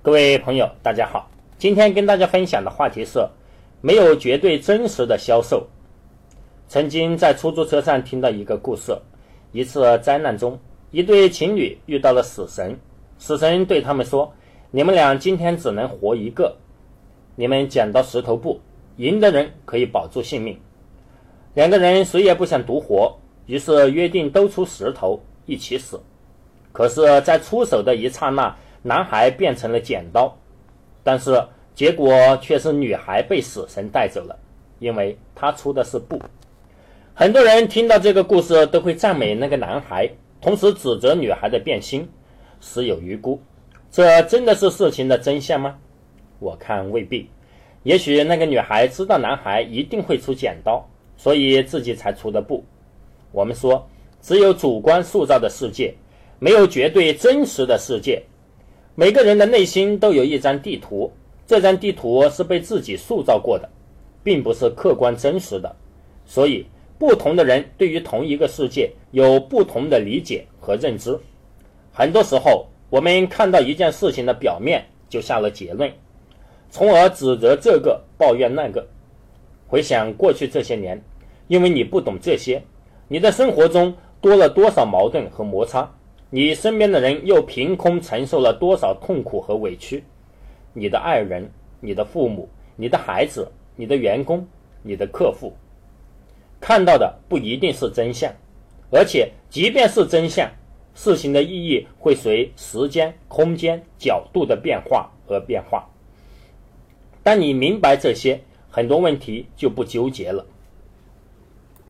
各位朋友大家好，今天跟大家分享的话题是没有绝对真实的销售。曾经在出租车上听到一个故事，一次灾难中，一对情侣遇到了死神，死神对他们说，你们俩今天只能活一个，你们剪刀石头布，赢的人可以保住性命。两个人谁也不想独活，于是约定都出石头一起死。可是在出手的一刹那，男孩变成了剪刀，但是结果却是女孩被死神带走了，因为她出的是布。很多人听到这个故事都会赞美那个男孩，同时指责女孩的变心，死有余辜。这真的是事情的真相吗？我看未必。也许那个女孩知道男孩一定会出剪刀，所以自己才出的布。我们说，只有主观塑造的世界，没有绝对真实的世界。每个人的内心都有一张地图，这张地图是被自己塑造过的，并不是客观真实的。所以不同的人对于同一个世界有不同的理解和认知。很多时候我们看到一件事情的表面就下了结论，从而指责这个抱怨那个。回想过去这些年，因为你不懂这些，你的生活中多了多少矛盾和摩擦，你身边的人又凭空承受了多少痛苦和委屈。你的爱人，你的父母，你的孩子，你的员工，你的客户，看到的不一定是真相，而且即便是真相，事情的意义会随时间、空间、角度的变化而变化。当你明白这些，很多问题就不纠结了。